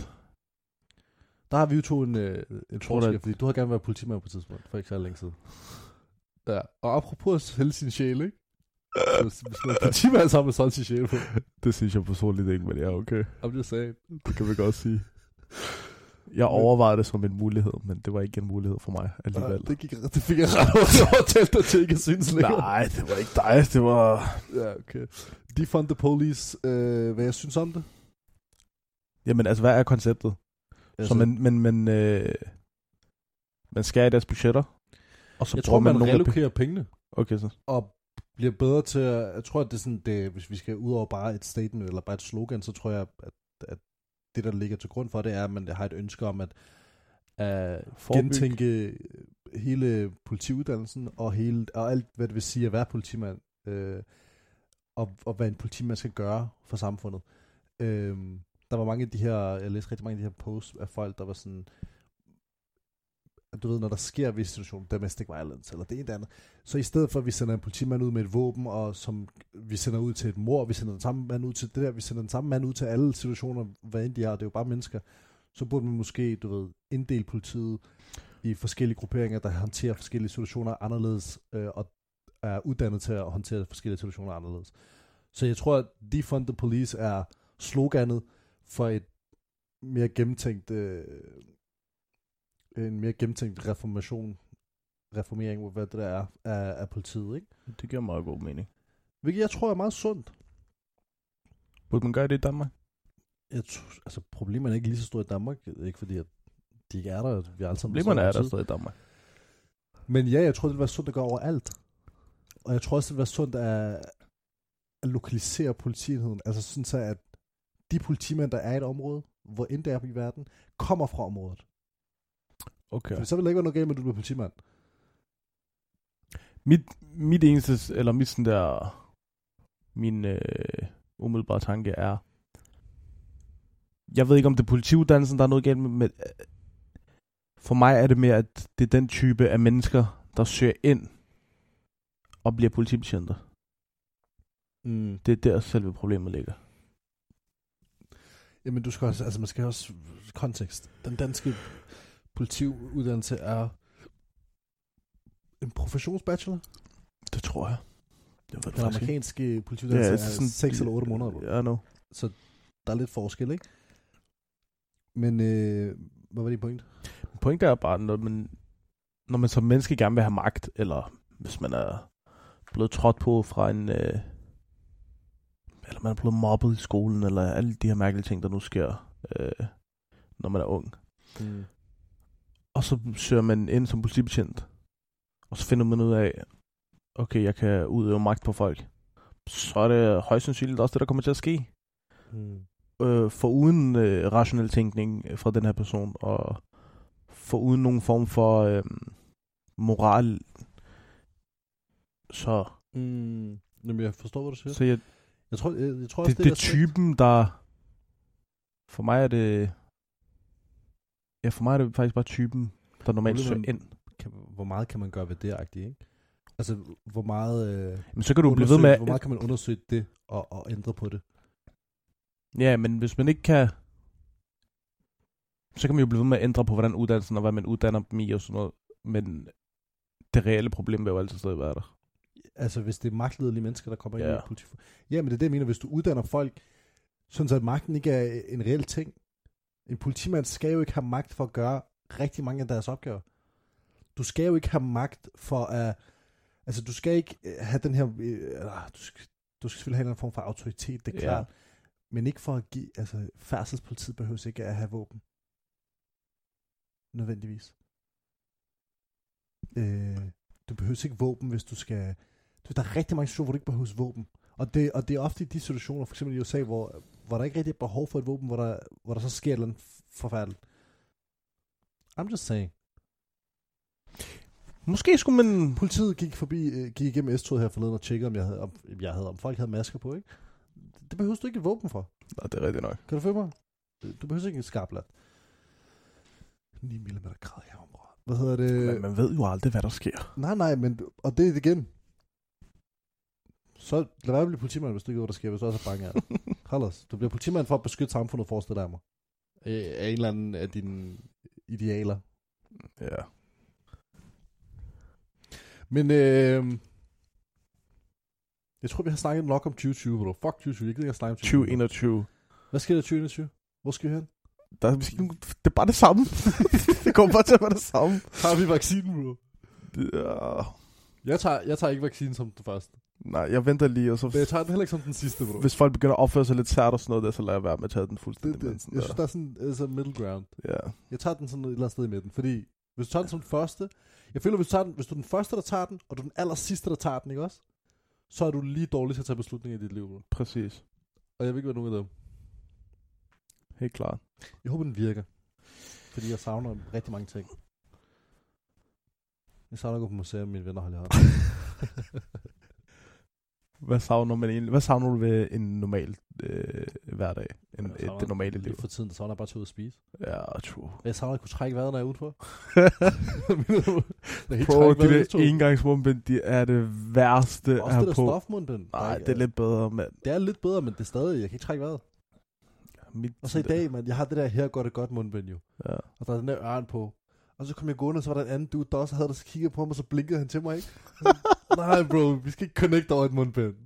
Der har vi jo to en, øh, en Tror du, forskel, at- fordi du har gerne været politimand på et tidspunkt, for ikke så længe siden. Ja, og apropos at sælge sin sjæl, ikke? Hvis hvis man er politimand, så har man sådan sin sjæl på. Det synes jeg personligt ikke, men ja, okay. I'm just saying. Det kan vi godt sige. Jeg overvejede det som en mulighed, men det var ikke en mulighed for mig alligevel. Nej, det, gik, det fik jeg ret overtalt dig til ikke at synes længere. Nej, det var ikke dig, det var... Ja, okay. Defund the police, øh, hvad jeg synes om det? Jamen, altså, hvad er konceptet? Altså, Så man, man, man, øh... man skærer i deres budgetter, og så jeg bruger tror, man, nogle af relokerer pengene, pe- Okay, så. og bliver bedre til at... Jeg tror, at det er sådan, det, hvis vi skal ud over bare et statement, eller bare et slogan, så tror jeg, at, at det, der ligger til grund for det, er, at man har et ønske om at uh, Forebygge. gentænke hele politiuddannelsen, og, hele, og alt, hvad det vil sige at være politimand, øh, og, og hvad en politimand skal gøre for samfundet. Øh, der var mange af de her, jeg læste rigtig mange af de her posts af folk, der var sådan, at du ved, når der sker ved situation, domestic violence, eller det ene eller andet, så i stedet for, at vi sender en politimand ud med et våben, og som vi sender ud til et mord, vi sender den samme mand ud til det der, vi sender den samme mand ud til alle situationer, hvad end de er, det er jo bare mennesker, så burde man måske, du ved, inddele politiet i forskellige grupperinger, der håndterer forskellige situationer anderledes, øh, og er uddannet til at håndtere forskellige situationer anderledes. Så jeg tror, at defund the police er sloganet for et mere gennemtænkt, øh, en mere gennemtænkt reformation, reformering, hvad det der er, af, af politiet, ikke? Det giver meget god mening. Hvilket jeg tror er meget sundt. Burde man gøre det i Danmark? Jeg tror, altså, problemerne er ikke lige så store i Danmark, ikke fordi, at de ikke er der, vi er alle sammen Problemerne er der tid. stadig i Danmark. Men ja, jeg tror, det vil være sundt at gøre overalt. Og jeg tror også, det vil være sundt at, at lokalisere politienheden. Altså sådan så, at de politimænd, der er i et område, hvor end det er i verden, kommer fra området. Okay. For så vil der ikke være noget galt med, at du bliver politimand. Mit, mit eneste, eller mit sådan der, min øh, umiddelbare tanke er, Jeg ved ikke, om det er politiuddannelsen, der er noget galt med, men for mig er det mere, at det er den type af mennesker, der søger ind og bliver politibetjenter. Mm. Det er der selve problemet ligger. Jamen, du skal også, altså man skal også kontekst. Den danske politiuddannelse er en professionsbachelor. Det tror jeg. Det Den amerikanske politiuddannelse ja, er sådan seks eller otte måneder. Ja, nu. Så der er lidt forskel, ikke? Men, øh, hvad var din point? Pointen er bare, når man, når man som menneske gerne vil have magt, eller hvis man er blevet trådt på fra en... Øh, eller man er blevet mobbet i skolen, eller alle de her mærkelige ting, der nu sker, øh, når man er ung. Mm. Og så søger man ind som politibetjent, og så finder man ud af, okay, jeg kan udøve magt på folk. Så er det højst sandsynligt også det, der kommer til at ske. Mm. Øh, for uden øh, rationel tænkning fra den her person, og for uden nogen form for øh, moral. Så, Mm. Jamen, jeg forstår, hvad du siger. så jeg, Jeg tror, jeg, jeg tror også, det, det, det det er typen, der... For mig er det... Ja, for mig er det faktisk bare typen, der normalt søger ind. Kan, hvor meget kan man gøre ved det, agtigt, ikke? Altså, hvor meget... Øh, Men så kan du blive ved med... Hvor meget kan man undersøge det og, og ændre på det? Ja, men hvis man ikke kan... Så kan man jo blive ved med at ændre på, hvordan uddannelsen og hvad man uddanner dem i og sådan noget. Men det reelle problem vil jo altid stadig være der. Altså, hvis det er magtledelige mennesker, der kommer Ja. ind i politik. Ja, men det er det, jeg mener. Hvis du uddanner folk, sådan så at magten ikke er en reel ting. En politimand skal jo ikke have magt for at gøre rigtig mange af deres opgaver. Du skal jo ikke have magt for at... Altså, du skal ikke have den her... Øh, du, skal, du skal selvfølgelig have en form for autoritet, det er Ja. klart. Men ikke for at give... Altså, færdselspolitiet behøver ikke at have våben. Nødvendigvis. Øh, du behøver ikke våben, hvis du skal... Du, der er rigtig mange situationer, hvor du ikke behøver våben. Og det, og det er ofte i de situationer, for eksempel i U S A, hvor, hvor der ikke rigtig er behov for et våben, hvor der, hvor der så sker et eller andet forfærdeligt. I'm just saying. Måske skulle man... Politiet gik forbi, øh, gik igennem S-toget her forleden og tjekkede, om jeg havde, om, jeg havde, om folk havde masker på, ikke? Det behøver du ikke et våben for. Nå, det er rigtigt nok. Kan du følge mig? Du behøver ikke en skarplat. ni millimeter grad herovre. Hvad hedder det? Men man ved jo aldrig, hvad der sker. Nej, nej, men... Og det er det igen. Så lad være at blive politimand, hvis du ikke ved, hvad der sker, hvis du også er bange af det. Hold os. Du bliver politimand for at beskytte samfundet, forestil dig mig. Af en eller anden af dine idealer. Ja. Men øh, jeg tror, vi har snakket nok om tyve tyve, bro. Fuck tyve tyve, jeg gider ikke snakke om tyve enogtyve. Hvad sker der i tyve enogtyve? Hvor skal vi hen? Der er, det er bare det samme. Det kommer bare til at være det samme. Tager vi vaccinen, bro? Ja. Jeg tager, jeg tager ikke vaccinen som den første. Nej, jeg venter lige, og så... Men jeg tager den heller ikke som den sidste, bro. Hvis folk begynder at opføre sig lidt sært og sådan noget der, så lader jeg være med at tage den fuldstændig. Det, det, sådan jeg der. synes, der er sådan altså en middle ground. Ja. Jeg tager den sådan et eller andet sted i midten, fordi hvis du tager den som den første, jeg føler, hvis du, tager den, hvis du er den første, der tager den, og du er den aller sidste, der tager den, ikke også? Så er du lige dårlig til at tage beslutninger i dit liv, bro. Præcis. Og jeg vil ikke være nogen af dem. Helt klart. Jeg håber, den virker. Fordi jeg savner rigtig mange ting. Jeg savner at gå på museum, mine venner holder hånd. Hvad savner man egentlig? Hvad savner du ved en normal øh, hverdag? En, et, det normale liv? Lige for tiden, der savner jeg bare til ud at spise. Ja, true. Jeg savner at kunne trække vejret, når jeg er udenfor. Bro, de der engangsmundbind, de er det værste også her det der på. stofmundbind. Nej, det er lidt bedre, mand. Det er lidt bedre, men det er stadig, jeg kan ikke trække vejret. Mit, Og så i dag, man, jeg har det der her går det godt mundbind jo. Ja. Og der er den der ørn på. Og så kom jeg gående, og så var der en anden dude, der også havde der, så kiggede på mig, og så blinkede han til mig, ikke? Så, nej, bro, vi skal ikke connecte over et mundbind.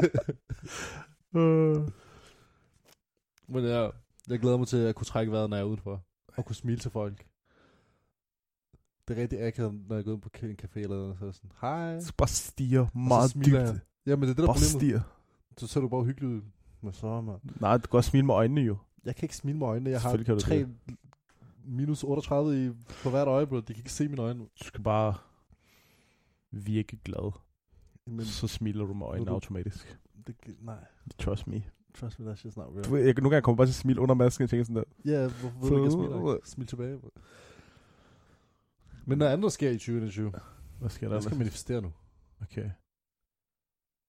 Men ja, jeg glæder mig til at kunne trække vejret, når jeg er udenfor. Og kunne smile til folk. Det er rigtig akavet, når jeg går ud på en café eller noget, så er jeg sådan, hej. Så bare stiger meget dybt. Jeg. Ja, men det er det, der bare problemet. stiger. Så ser du bare hyggelig ud. Men så, man. Nej, du kan også smile med øjnene jo. Jeg kan ikke smile med øjnene. Jeg har Selvfølgelig kan du tre det. minus otteogtredive i, på hvert øje, bro. De kan ikke se mine øjne. Du skal bare virke glad. Men, Så smiler du med øjnene du- automatisk. det, nej. Trust me. Trust me, that shit's not real. Du, ved, jeg, nogle gange kommer jeg bare til at smile under masken, og tænker sådan der. Ja, hvorfor ved du ikke, jeg smiler ikke? Smil tilbage. Bro. Men der er andet, der sker i tyve enogtyve. Hvad sker der Jeg skal ellers? manifestere nu. Okay.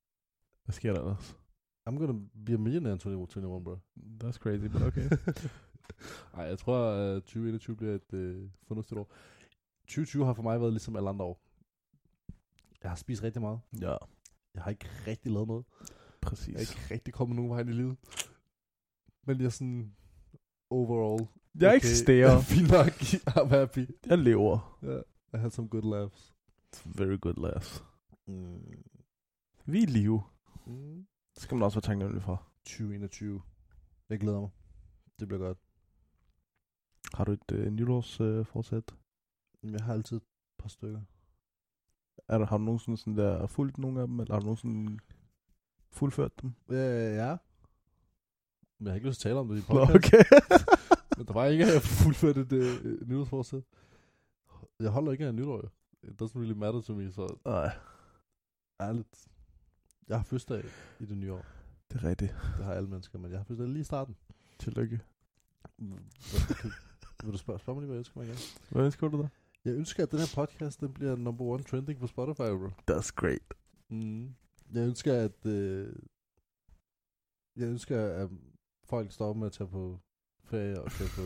Hvad sker der ellers? I'm gonna be a millionaire in tyve enogtyve, bro. That's crazy, but okay. Nej, jeg tror, at tyve enogtyve bliver et øh, fornuftigt år. tyve tyve har for mig været ligesom alle andre år. Jeg har spist rigtig meget. Ja, Jeg har ikke rigtig lavet noget. præcis. Jeg er ikke rigtig kommet nogen vej i livet. Men jeg er sådan overall. Jeg okay, eksisterer. Fint nok. I'm happy. Jeg lever. Yeah, I had some good laughs. Very good laughs. Mm. Vi er i live. Mm. Det skal man også være taknemmelig for. tyve enogtyve. Jeg glæder mig. Det bliver godt. Har du et øh, nytårsforsæt? Øh, forsæt? Jeg har altid et par stykker. Er der, har du nogensinde sådan der fulgt nogle af dem, eller har du nogensinde fuldført dem? Øh, ja. Men jeg har ikke lyst til at tale om det i Nå, podcast. okay. Men der var ikke, at jeg fuldførte et uh, nytårsforsæt. Jeg holder ikke af nytår, jo. It doesn't really matter to me, så Nej, ærligt. Jeg har fødselsdag i det nye år. det er rigtigt. Det har alle mennesker, men jeg har fødselsdag lige i starten. Tillykke. Hvad, kan, vil du spørge, spørge mig lige, hvad jeg ønsker mig igen? Hvad ønsker du dig? Jeg ønsker, at den her podcast, den bliver number one trending på Spotify, bro. That's great. Mm. Jeg ønsker, at... Øh, jeg ønsker, at folk stopper med at tage på ferie og køre på...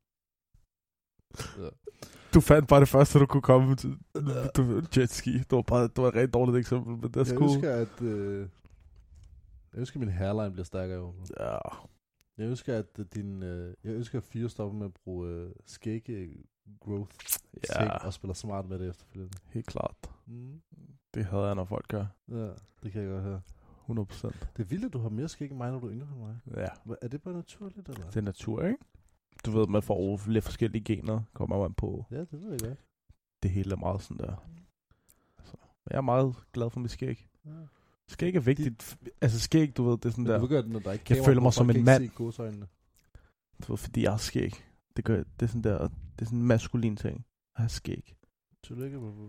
Ja. Du fandt bare det første, du kunne komme til. Du, jetski. Det var bare det var et rigtig dårligt eksempel, men det er Jeg cool. ønsker, at... Øh, jeg ønsker, at min hairline bliver stærkere i år. Ja. Jeg ønsker, at øh, din... Øh, jeg ønsker, at fire stopper med at bruge øh, skægge growth Ja. ting og spiller smart med det efterfølgende. Helt klart. Mm. Det havde jeg, når folk gør. Ja, det kan jeg godt høre. hundrede procent. Det er vildt, at du har mere skæg end mig, når du er yngre end mig. Ja. Hva- Er det bare naturligt, eller? Det er natur, ikke? Du ved, man får lidt forskellige gener, kommer man på. Ja, det ved jeg godt. Det hele er meget sådan der. Altså, men jeg er meget glad for mit skæg. Ja. Skæg er vigtigt. Altså skæg, du ved, det er sådan Men der. du ved godt, når der ikke Jeg kamera føler på, mig folk som kan en ikke mand. se gåseøjnene. Du ved, fordi jeg har skæg. Det, gør, det er sådan der, det er sådan en maskulin ting. At have skæg. Tillykke, bro.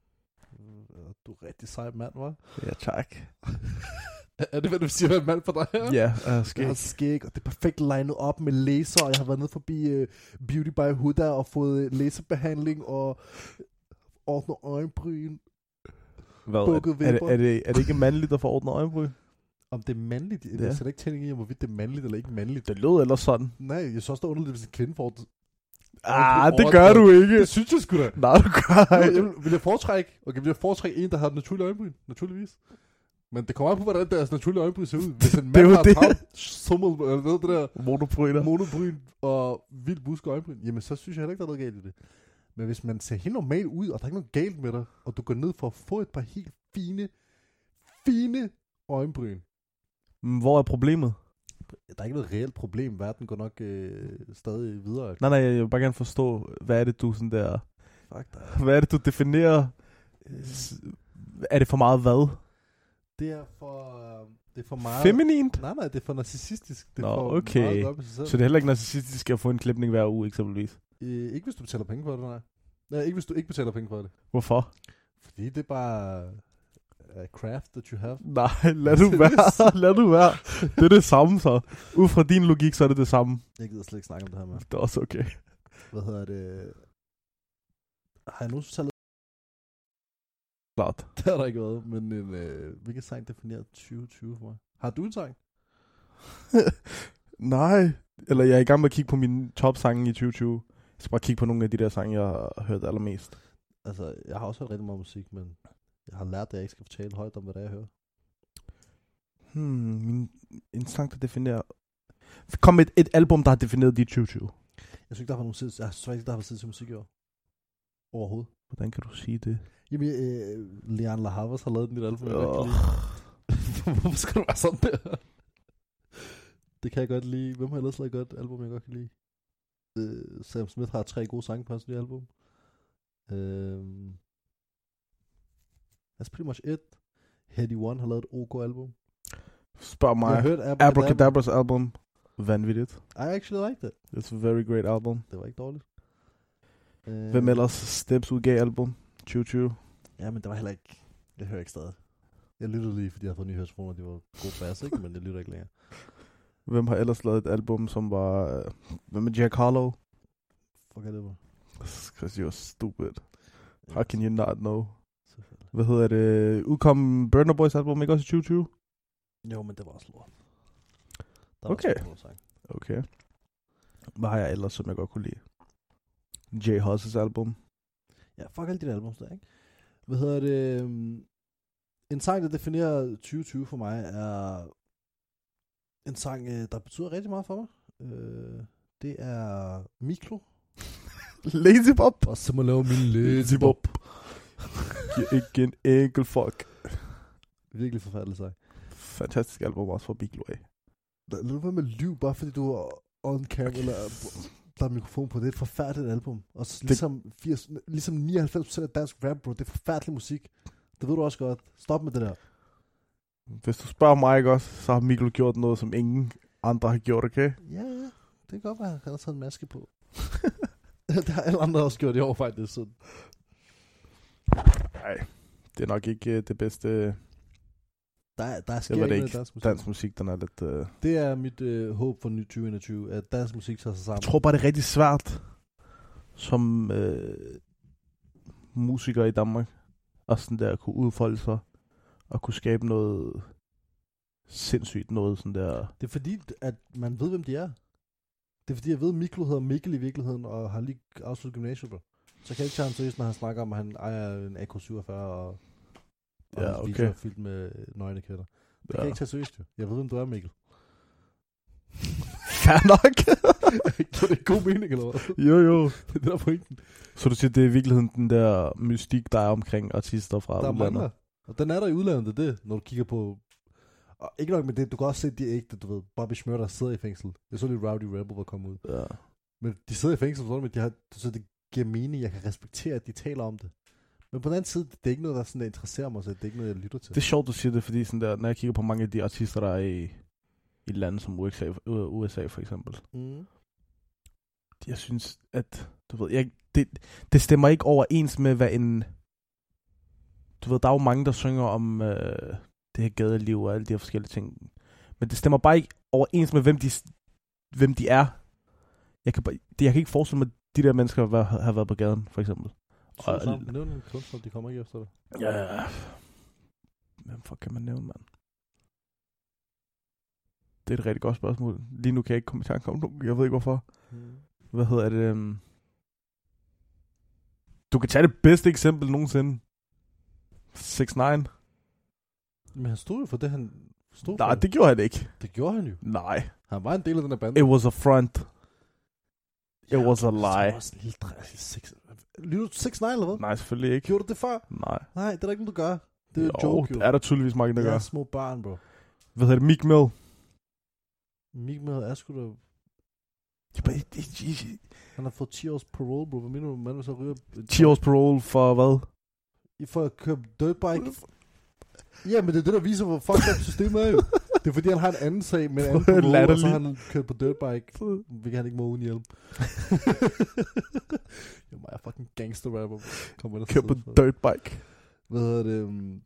Du er rigtig sej mand, hva'? Ja, tak. Er det, hvad du siger, at mand for dig? Ja, jeg har skæg. Jeg har skæg, og det er perfekt linet op med laser, og jeg har været nede forbi uh, Beauty by Huda og fået uh, laserbehandling og ordnet øjenbryn. Hvad? bukket Er, er, det, vipper. er, det, er det ikke mandligt at få ordnet øjenbryn? Om det er mandligt? Jeg Ja. er slet ikke tænkt i, om hvorvidt det er mandligt eller ikke mandligt. Det lød ellers sådan. Nej, jeg synes også, det er underligt, hvis en kvinde får det. Ah, det gør du ikke. Det synes jeg sgu da. Nej, du gør Jo, ikke. jeg vil, vil jeg foretrække, okay, vil jeg foretrække en, der har et naturligt øjenbryn, naturligvis. Men det kommer an på, hvordan deres naturlige øjenbryn ser ud. Hvis en Det er mand jo har det. travlt sommel, eller hvad det der, Monobryner. monobryn og vildt busk øjenbryn, jamen så synes jeg heller ikke, der er noget galt i det. Men hvis man ser helt normalt ud, og der er ikke noget galt med dig, og du går ned for at få et par helt fine, fine øjenbryn. Hvor er problemet? Der er ikke noget reelt problem. Verden går nok øh, stadig videre. Nej, nej, jeg vil bare gerne forstå, hvad er det, du sådan der... Fuck dig. Hvad er det, du definerer? S- Er det for meget hvad? Det er for, øh, det er for meget... Feminint? Nej, nej, det er for narcissistisk. Det er Nå, for okay. meget op i sig selv. Så det er heller ikke narcissistisk at få en klipning hver uge, eksempelvis. Øh, ikke hvis du betaler penge for det, nej. Nej, ikke hvis du ikke betaler penge for det. Hvorfor? Fordi det er bare a craft that you have. Nej, lad du være. Lad du være. Det er det samme så. Ud fra din logik, så er det det samme. Jeg gider slet ikke snakke om det her med. Det er også okay. Hvad hedder det? Har jeg nu taget Klart. det har der ikke været, men en, øh, hvilken sang definerer tyve tyve for mig? Har du en sang? Nej. Eller jeg er i gang med at kigge på mine top-sange i tyve tyve. Jeg skal bare kigge på nogle af de der sange, jeg har hørt allermest. Altså, jeg har også hørt rigtig meget musik, men jeg har lært, at jeg ikke skal fortælle højt om, hvad det er, jeg hører. Hmm, min, en sang, der definerer... Kom med et, et album, der har defineret de tyve tyve. Jeg synes ikke, der var nogen tid, jeg synes ikke, der har været tid til musik i år. Overhovedet. Hvordan kan du sige det? Jamen, øh, Leon La Havas har lavet et nyt album, jeg godt Oh. kan lide. Hvorfor skal du være sådan der? Det kan jeg godt lide. Hvem har ellers lavet et godt album, jeg godt kan lide? Uh, Sam Smith har tre gode sange på hans nye album. Uh, that's pretty much it. Heady One har lavet et OK album. Spørg mig. Jeg har hørt Abracadabras album. Vanvittigt. I actually liked it. It's a very great album. Det var ikke dårligt. Uh, Hvem ellers? Steps udgav album. tyve tyve. Ja, men det var heller ikke... Jeg hører ikke stadig. Jeg lyttede lige, fordi jeg havde fået nye høretelefoner, de var god bass, ikke? Men jeg lytter ikke længere. Hvem har ellers lavet et album, som var... Uh, hvem med Jack Harlow? Fuck er det, bro? Because you're stupid. How can you not know? Selvfølgelig. Hvad hedder det? Udkom Burner Boys album, ikke også i tyve tyve? Jo, men det var også lort. Der Okay. Var også en god sang. Okay. Hvad har jeg ellers, som jeg godt kunne lide? Jay Huss's album. Ja, fuck alle de albums der, ikke? Hvad hedder det? En sang, der definerer tyve tyve for mig, er en sang, der betyder rigtig meget for mig. Det er Miklo. Lazy Bob. Og så må jeg lave min Lazy Bob. Giver ikke en enkelt fuck. Virkelig forfærdelig sang. Fantastisk album også for Miklo af. Lad nu være med lyv, bare fordi du er on camera, eller der er mikrofon på. Det er et forfærdeligt album. Og ligesom, firs, ligesom nioghalvfems procent af dansk rap, bro, det er forfærdelig musik. Det ved du også godt. Stop med det der. Hvis du spørger mig ikke også, så har Miklo gjort noget, som ingen andre har gjort, okay? Ja, det kan godt være, han har taget en maske på. Det har alle andre også gjort i år, faktisk. Så. Nej, det er nok ikke uh, det bedste. Der, der sker det var det ikke ikke. Dansk musik. Dansk musik, den er lidt... Uh... Det er mit uh, håb for tyve enogtyve, at dansk musik tager sig sammen. Jeg tror bare, det er rigtig svært som uh, musiker i Danmark og sådan der at kunne udfolde sig og kunne skabe noget sindssygt noget sådan der. Det er fordi, at man ved, hvem de er. Det er fordi, jeg ved, at Miklo hedder Mikkel i virkeligheden, og har lige afsluttet gymnasiet, bro. Så kan jeg ikke tage ham seriøst, når han snakker om, at han ejer en A K syvogfyrre, og, og ja, hans okay. videoer er fyldt med nøgne kætter. Det ja. Kan jeg ikke tage seriøst, jo. Jeg ved, hvem du er, Mikkel. Fair nok. Så det er god mening, eller hvad? Jo, jo. Det er der pointen. Så du siger, det er i virkeligheden den der mystik, der er omkring artister fra der udlandet? Mangler. Og den er der i udlandet, det er det, når du kigger på... Og ikke nok med det, du kan også se de ægte, du ved, Bobby Shmurda sidder i fængsel. Jeg så lige Rowdy Rebel var kommet ud. Ja. Men de sidder i fængsel, så, de har, så det giver mening, jeg kan respektere, at de taler om det. Men på den anden side, det er ikke noget, der, sådan, der interesserer mig, så det er ikke noget, jeg lytter til. Det er sjovt, du siger det, fordi sådan der, når jeg kigger på mange af de artister, der er i, i lande som U S A, U S A for eksempel. Mm. Jeg synes, at du ved, jeg, det, det stemmer ikke overens med, hvad en... Du ved, der er jo mange, der synger om øh, det her gadeliv og alle de her forskellige ting. Men det stemmer bare ikke overens med, hvem de, hvem de er. Jeg kan, bare, det, jeg kan ikke forestille mig, at de der mennesker har, har været på gaden, for eksempel. Så og, sammen, nævn en kunstner, de kommer ikke efter det. Ja. Hvem fuck kan man nævne, mand? Det er et rigtig godt spørgsmål. Lige nu kan jeg ikke komme i tanke om nogen. Jeg ved ikke, hvorfor. Hmm. Hvad hedder det? Um... Du kan tage det bedste eksempel nogensinde. seks nine. Men han stod jo for det, han stod Nej, for. det gjorde han ikke. Det gjorde han jo. Nej. Han var en del af den her bande. It was a front. It ja, was a lie. Lytter du seks nine eller hvad? Nej, selvfølgelig ikke. Gjorde du det før? Nej. Nej, det er der ikke noget, du gør. Det er jo, en joke, jo. Det er der tydeligvis mange, der gør. gør. Det er små barn, bro. Hvad hedder det? Meek Mill. Meek Mill er sgu da... Ja, han har fået ti års parole, bro. Hvad mener du, man vil så ryge... ti års parole for hvad? I for at køre dirtbike. Ja, men det er det, der viser, hvor fucked up systemet er jo. Det er fordi, han har en anden sag med en anden parole, og så har han kørt på dirtbike. Hvilket han ikke må uden hjelm. Jo, mig er fucking gangster rapper. Kørt på dirtbike. Hvad hedder det?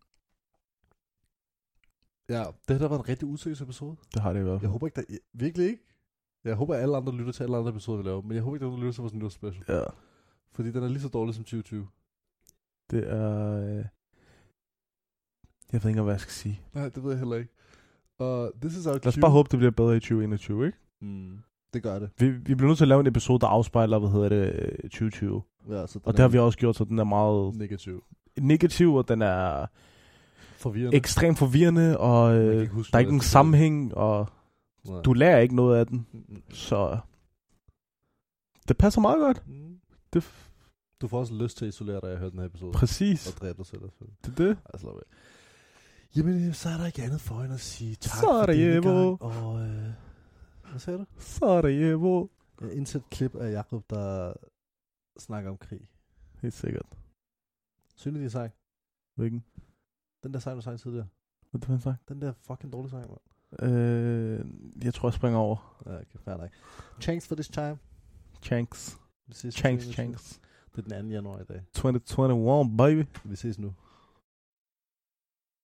Ja, det har da været en rigtig useriøs episode. Det har det i hvert fald. Jeg håber ikke, der... Virkelig ikke. Jeg håber, at alle andre lytter til alle andre episoder, vi laver. Men jeg håber ikke, der er nogen, der lytter til vores nytårsspecial. Ja. Fordi den er lige så dårlig som tyve tyve. Det er... Øh... Jeg ved ikke, hvad jeg skal sige. Nej, det ved jeg heller ikke. Og uh, this is our Lad os bare håbe, det bliver bedre i tyve enogtyve, ikke? Mm, det gør det. Vi, vi bliver nødt til at lave en episode, der afspejler, hvad hedder det, tyve tyve. Ja, så og det har vi også gjort, så den er meget... Negativ. Negativ, og den er... Forvirrende. Ekstremt forvirrende, og øh, ikke huske, der er ikke en sammenhæng, og Nej. Du lærer ikke noget af den. Mm-mm. Så det passer meget godt. Mm. Det f- du får også lyst til at isolere dig, at høre den her episode. Præcis. Og dræbe dig selv. Det er det. Altså, jamen, så er der ikke andet for end at sige tak Sarajevo. for denne gang. Og, øh, hvad sagde du? Sarajevo. Jeg indsæt et klip af Jakob, der snakker om krig. Helt sikkert. Synes du, de sang? Hvilken? Den der sang, du sang tidligere. Hvad er det for en sang? Den der fucking dårlige sang, man. Øh, jeg tror, jeg springer over. Ja, okay, fair nok. Thanks for this time. Thanks. Vi ses Thanks, thanks. Det er den anden januar i dag. tyve enogtyve, baby. Vi ses nu.